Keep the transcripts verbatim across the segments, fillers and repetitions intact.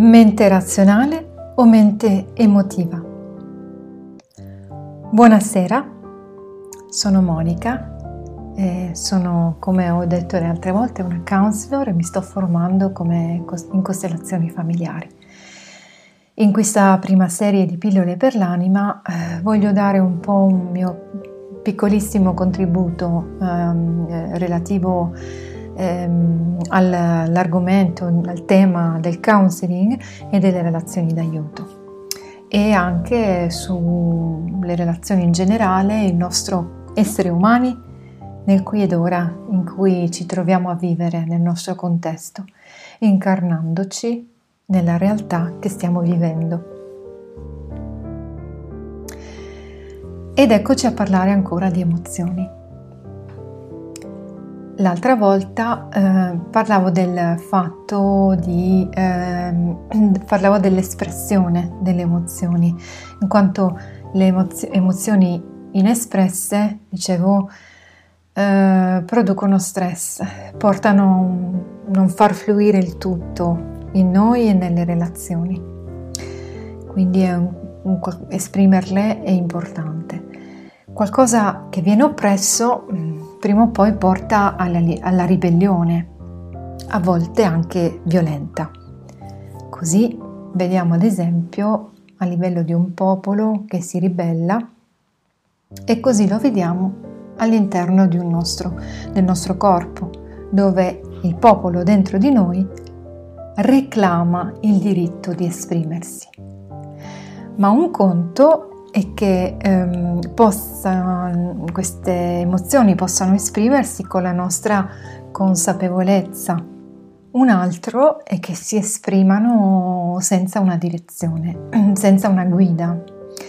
Mente razionale o mente emotiva? Buonasera, sono Monica, e sono, come ho detto le altre volte, una counselor e mi sto formando come in costellazioni familiari. In questa prima serie di pillole per l'anima eh, voglio dare un po' un mio piccolissimo contributo ehm, relativo ehm, all'argomento, al tema del counseling e delle relazioni d'aiuto, e anche sulle relazioni in generale, il nostro essere umani nel qui ed ora in cui ci troviamo a vivere nel nostro contesto, incarnandoci nella realtà che stiamo vivendo. Ed eccoci a parlare ancora di emozioni. L'altra volta eh, parlavo del fatto di eh, parlavo dell'espressione delle emozioni, in quanto le emozio- emozioni inespresse, dicevo, eh, producono stress, portano a non far fluire il tutto in noi e nelle relazioni. Quindi è un, un, esprimerle è importante. Qualcosa che viene oppresso prima o poi porta alla, alla ribellione, a volte anche violenta. Così vediamo ad esempio a livello di un popolo che si ribella, e così lo vediamo all'interno di un nostro, del nostro corpo, dove il popolo dentro di noi reclama il diritto di esprimersi. Ma un conto è che ehm, possa, queste emozioni possano esprimersi con la nostra consapevolezza. Un altro è che si esprimano senza una direzione, senza una guida.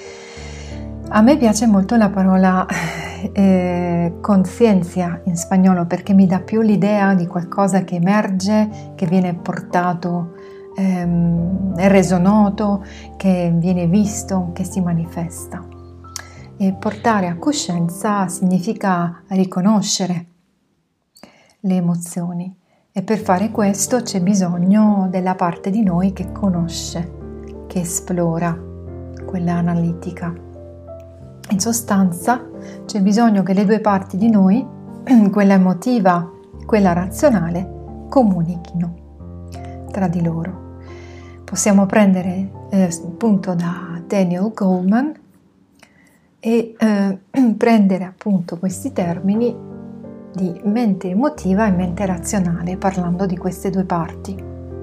A me piace molto la parola eh, conciencia in spagnolo, perché mi dà più l'idea di qualcosa che emerge, che viene portato, ehm, è reso noto, che viene visto, che si manifesta. E portare a coscienza significa riconoscere le emozioni, e per fare questo c'è bisogno della parte di noi che conosce, che esplora, quella analitica. In sostanza c'è bisogno che le due parti di noi, quella emotiva e quella razionale, comunichino tra di loro. Possiamo prendere eh, spunto da Daniel Goleman e eh, prendere appunto questi termini di mente emotiva e mente razionale, parlando di queste due parti.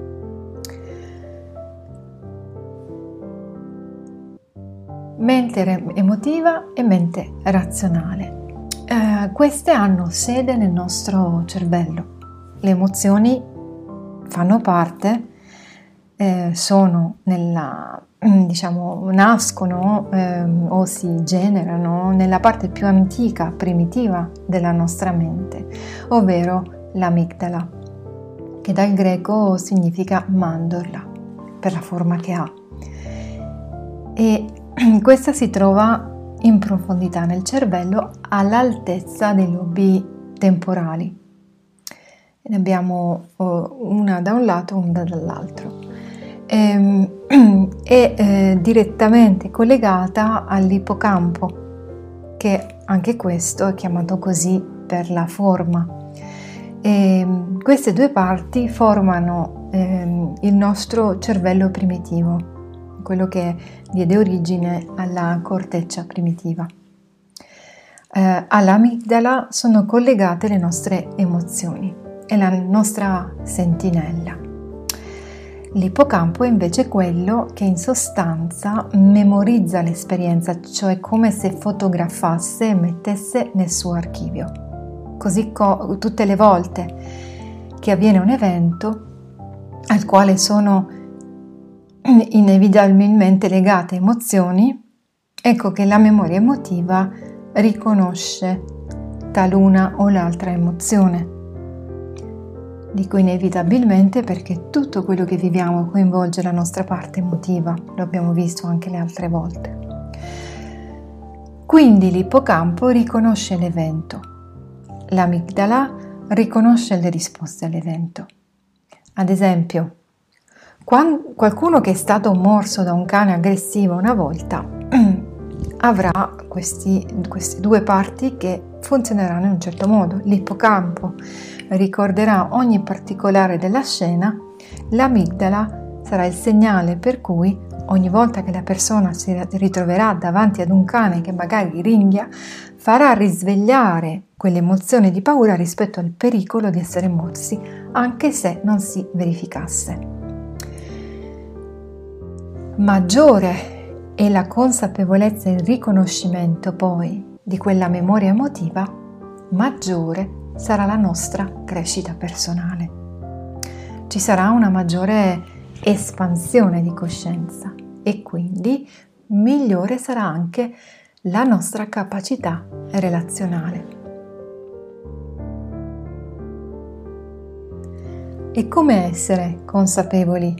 Mente emotiva e mente razionale. Eh, queste hanno sede nel nostro cervello. Le emozioni fanno parte, eh, sono nella, diciamo, nascono eh, o si generano nella parte più antica, primitiva della nostra mente, ovvero l'amigdala, che dal greco significa mandorla, per la forma che ha. E questa si trova in profondità nel cervello, all'altezza dei lobi temporali. Ne abbiamo una da un lato e una dall'altro. E, è eh, direttamente collegata all'ippocampo, che anche questo è chiamato così per la forma. E queste due parti formano eh, il nostro cervello primitivo, quello che diede origine alla corteccia primitiva. Eh, all'amigdala sono collegate le nostre emozioni, è la nostra sentinella. L'ippocampo è invece quello che in sostanza memorizza l'esperienza, cioè come se fotografasse e mettesse nel suo archivio. Così co- tutte le volte che avviene un evento al quale sono inevitabilmente legate emozioni, ecco che la memoria emotiva riconosce taluna o l'altra emozione. Dico inevitabilmente perché tutto quello che viviamo coinvolge la nostra parte emotiva, lo abbiamo visto anche le altre volte. Quindi l'ippocampo riconosce l'evento, l'amigdala riconosce le risposte all'evento. Ad esempio, Quando, qualcuno che è stato morso da un cane aggressivo una volta avrà questi, queste due parti che funzioneranno in un certo modo. L'ippocampo ricorderà ogni particolare della scena, l'amigdala sarà il segnale per cui ogni volta che la persona si ritroverà davanti ad un cane che magari ringhia, farà risvegliare quell'emozione di paura rispetto al pericolo di essere morsi, anche se non si verificasse. Maggiore è la consapevolezza e il riconoscimento poi di quella memoria emotiva, maggiore sarà la nostra crescita personale. Ci sarà una maggiore espansione di coscienza e quindi migliore sarà anche la nostra capacità relazionale. E come essere consapevoli?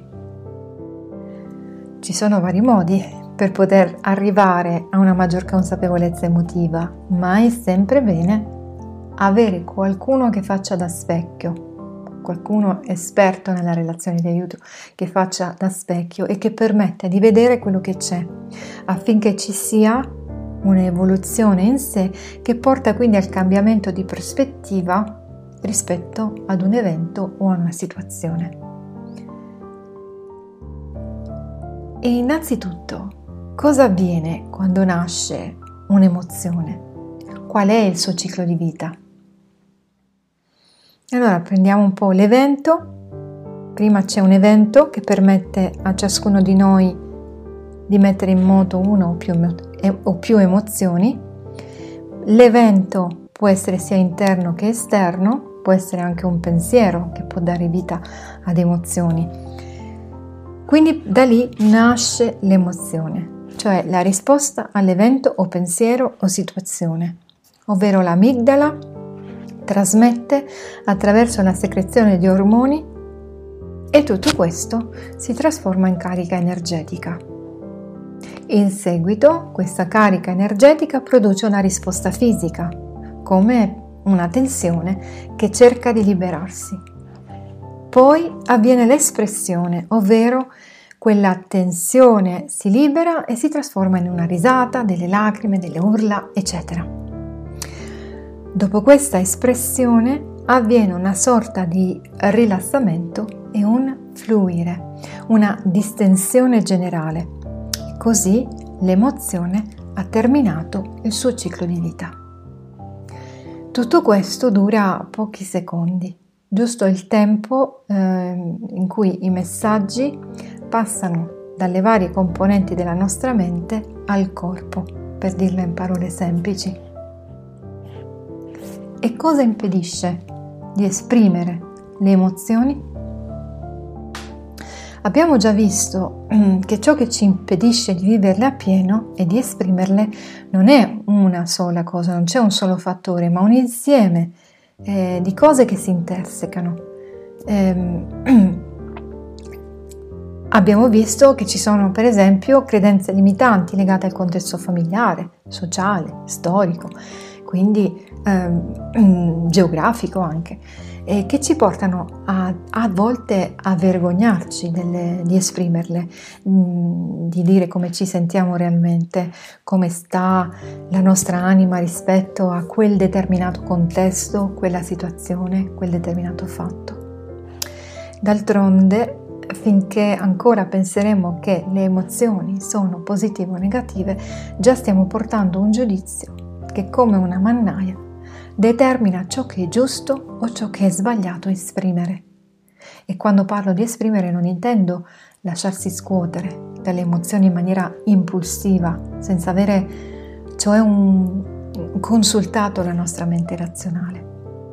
Ci sono vari modi per poter arrivare a una maggior consapevolezza emotiva, ma è sempre bene avere qualcuno che faccia da specchio, qualcuno esperto nella relazione di aiuto che faccia da specchio e che permetta di vedere quello che c'è, affinché ci sia un'evoluzione in sé che porta quindi al cambiamento di prospettiva rispetto ad un evento o a una situazione. E innanzitutto, cosa avviene quando nasce un'emozione? Qual è il suo ciclo di vita? Allora prendiamo un po' l'evento. Prima c'è un evento che permette a ciascuno di noi di mettere in moto una o più, o più emozioni. L'evento può essere sia interno che esterno, può essere anche un pensiero che può dare vita ad emozioni. Quindi da lì nasce l'emozione, cioè la risposta all'evento o pensiero o situazione, ovvero l'amigdala trasmette attraverso la secrezione di ormoni e tutto questo si trasforma in carica energetica. In seguito questa carica energetica produce una risposta fisica, come una tensione che cerca di liberarsi. Poi avviene l'espressione, ovvero quella tensione si libera e si trasforma in una risata, delle lacrime, delle urla, eccetera. Dopo questa espressione avviene una sorta di rilassamento e un fluire, una distensione generale. Così l'emozione ha terminato il suo ciclo di vita. Tutto questo dura pochi secondi, giusto il tempo eh, in cui i messaggi passano dalle varie componenti della nostra mente al corpo, per dirla in parole semplici. E cosa impedisce di esprimere le emozioni? Abbiamo già visto che ciò che ci impedisce di viverle appieno e di esprimerle non è una sola cosa, non c'è un solo fattore, ma un insieme eh, di cose che si intersecano. Eh, abbiamo visto che ci sono, per esempio, credenze limitanti legate al contesto familiare, sociale, storico, quindi ehm, geografico anche, e che ci portano a, a volte a vergognarci delle, di esprimerle, mh, di dire come ci sentiamo realmente, come sta la nostra anima rispetto a quel determinato contesto, quella situazione, quel determinato fatto. D'altronde, finché ancora penseremo che le emozioni sono positive o negative, già stiamo portando un giudizio che, come una mannaia, determina ciò che è giusto o ciò che è sbagliato esprimere. E quando parlo di esprimere non intendo lasciarsi scuotere dalle emozioni in maniera impulsiva, senza avere cioè un, consultato la nostra mente razionale.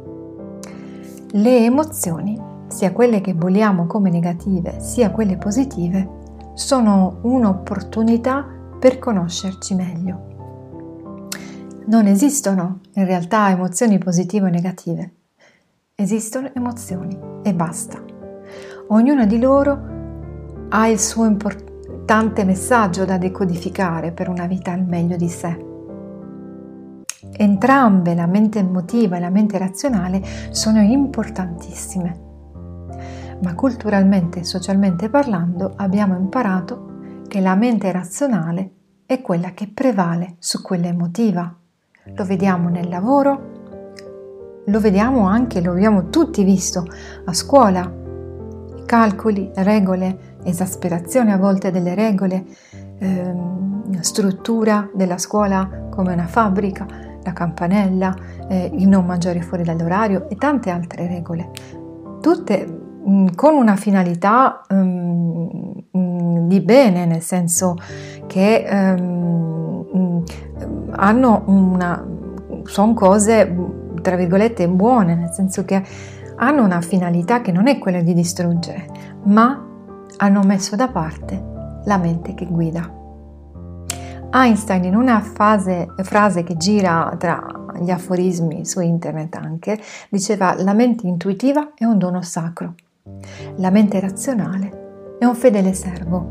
Le emozioni, sia quelle che vogliamo come negative, sia quelle positive, sono un'opportunità per conoscerci meglio. Non esistono in realtà emozioni positive o negative, esistono emozioni e basta. Ognuna di loro ha il suo importante messaggio da decodificare per una vita al meglio di sé. Entrambe, la mente emotiva e la mente razionale, sono importantissime, ma culturalmente e socialmente parlando abbiamo imparato che la mente razionale è quella che prevale su quella emotiva. Lo vediamo nel lavoro, lo vediamo anche, lo abbiamo tutti visto a scuola. Calcoli, regole, esasperazione a volte delle regole, ehm, struttura della scuola come una fabbrica, la campanella, eh, il non mangiare fuori dall'orario e tante altre regole. Tutte mh, con una finalità mh, mh, di bene, nel senso che ehm, mh, hanno una, sono cose tra virgolette buone, nel senso che hanno una finalità che non è quella di distruggere, ma hanno messo da parte la mente che guida. Einstein, in una fase, frase che gira tra gli aforismi su internet anche, diceva: la mente intuitiva è un dono sacro, la mente razionale è un fedele servo.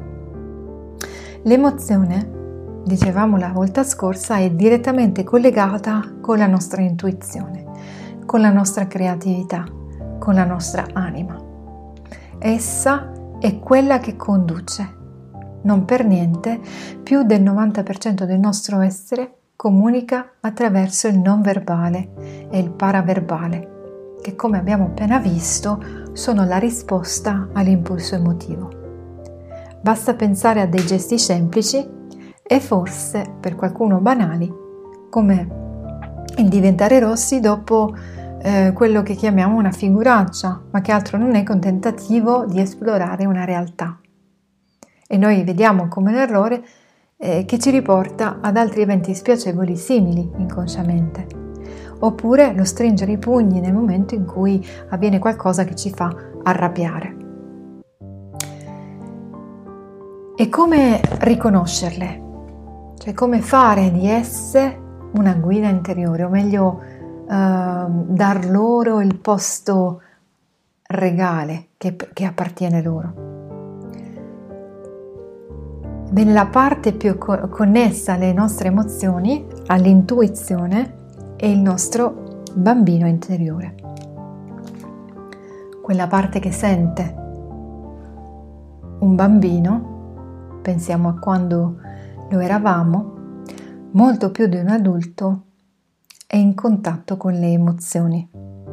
L'emozione, dicevamo la volta scorsa, è direttamente collegata con la nostra intuizione, con la nostra creatività, con la nostra anima. Essa è quella che conduce. Non per niente, più del novanta per cento del nostro essere comunica attraverso il non verbale e il paraverbale, che come abbiamo appena visto sono la risposta all'impulso emotivo. Basta pensare a dei gesti semplici e forse, per qualcuno banali, come il diventare rossi dopo eh, quello che chiamiamo una figuraccia, ma che altro non è che un tentativo di esplorare una realtà. E noi vediamo come un errore eh, che ci riporta ad altri eventi spiacevoli simili inconsciamente. Oppure lo stringere i pugni nel momento in cui avviene qualcosa che ci fa arrabbiare. E come riconoscerle? Cioè come fare di esse una guida interiore, o meglio eh, dar loro il posto regale che, che appartiene loro. Bene, la parte più co- connessa alle nostre emozioni, all'intuizione, è il nostro bambino interiore. Quella parte che sente. Un bambino, pensiamo a quando lo eravamo, molto più di un adulto, è in contatto con le emozioni.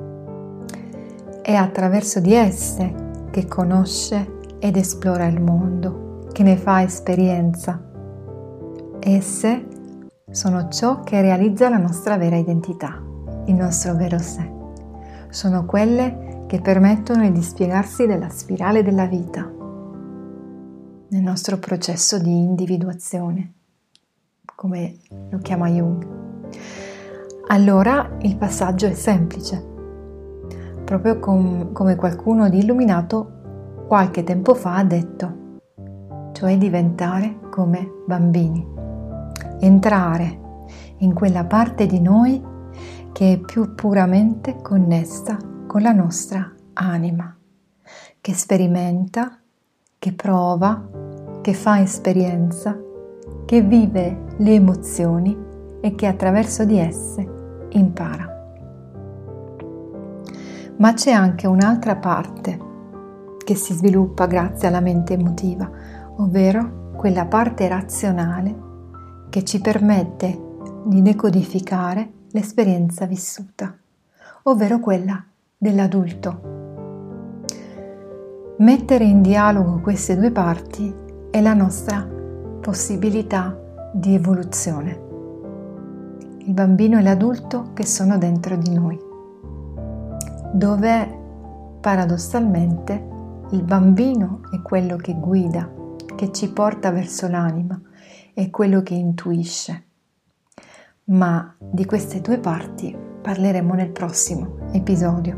È attraverso di esse che conosce ed esplora il mondo, che ne fa esperienza. Esse sono ciò che realizza la nostra vera identità, il nostro vero sé. Sono quelle che permettono il dispiegarsi della spirale della vita, nel nostro processo di individuazione, come lo chiama Jung. Allora il passaggio è semplice, proprio com- come qualcuno di illuminato qualche tempo fa ha detto, cioè diventare come bambini, entrare in quella parte di noi che è più puramente connessa con la nostra anima, che sperimenta, che prova, che fa esperienza, che vive le emozioni e che attraverso di esse impara. Ma c'è anche un'altra parte che si sviluppa grazie alla mente emotiva, ovvero quella parte razionale che ci permette di decodificare l'esperienza vissuta, ovvero quella dell'adulto. Mettere in dialogo queste due parti è la nostra possibilità di evoluzione. Il bambino e l'adulto che sono dentro di noi, dove paradossalmente il bambino è quello che guida, che ci porta verso l'anima, è quello che intuisce. Ma di queste due parti parleremo nel prossimo episodio.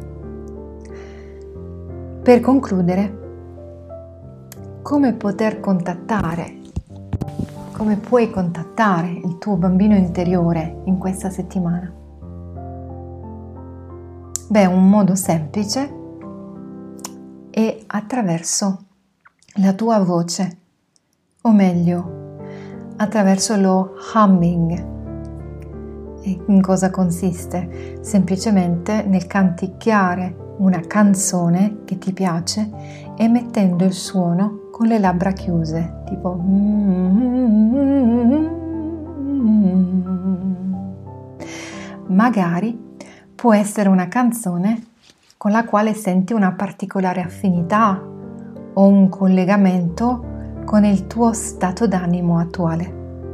Per concludere, come poter contattare, come puoi contattare il tuo bambino interiore in questa settimana? Beh, un modo semplice è attraverso la tua voce, o meglio, attraverso lo humming. E in cosa consiste? Semplicemente nel canticchiare una canzone che ti piace emettendo il suono con le labbra chiuse, tipo magari può essere una canzone con la quale senti una particolare affinità o un collegamento con il tuo stato d'animo attuale.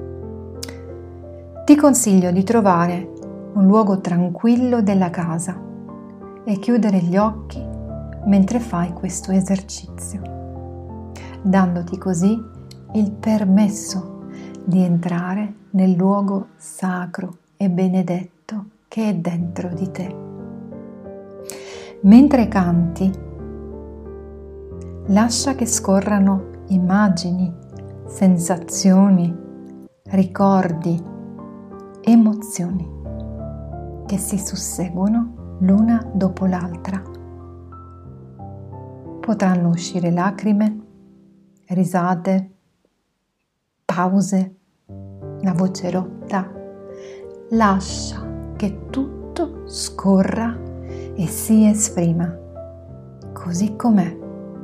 Ti consiglio di trovare un luogo tranquillo della casa e chiudere gli occhi mentre fai questo esercizio, dandoti così il permesso di entrare nel luogo sacro e benedetto che è dentro di te. Mentre canti, lascia che scorrano immagini, sensazioni, ricordi, emozioni che si susseguono l'una dopo l'altra. Potranno uscire lacrime, risate, pause, la voce rotta. Lascia che tutto scorra e si esprima così com'è,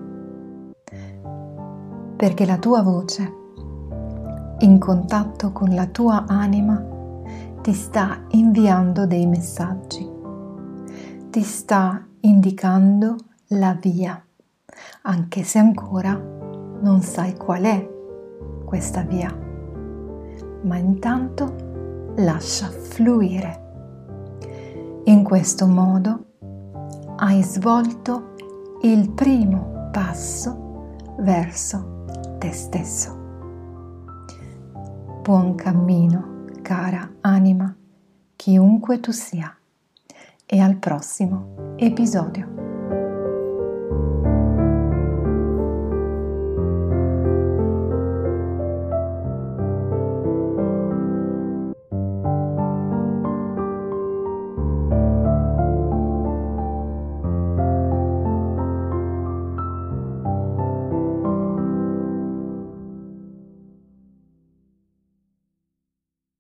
perché la tua voce, in contatto con la tua anima, ti sta inviando dei messaggi, ti sta indicando la via, anche se ancora non sai qual è questa via, ma intanto lascia fluire. In questo modo hai svolto il primo passo verso te stesso. Buon cammino, cara anima, chiunque tu sia, e al prossimo episodio.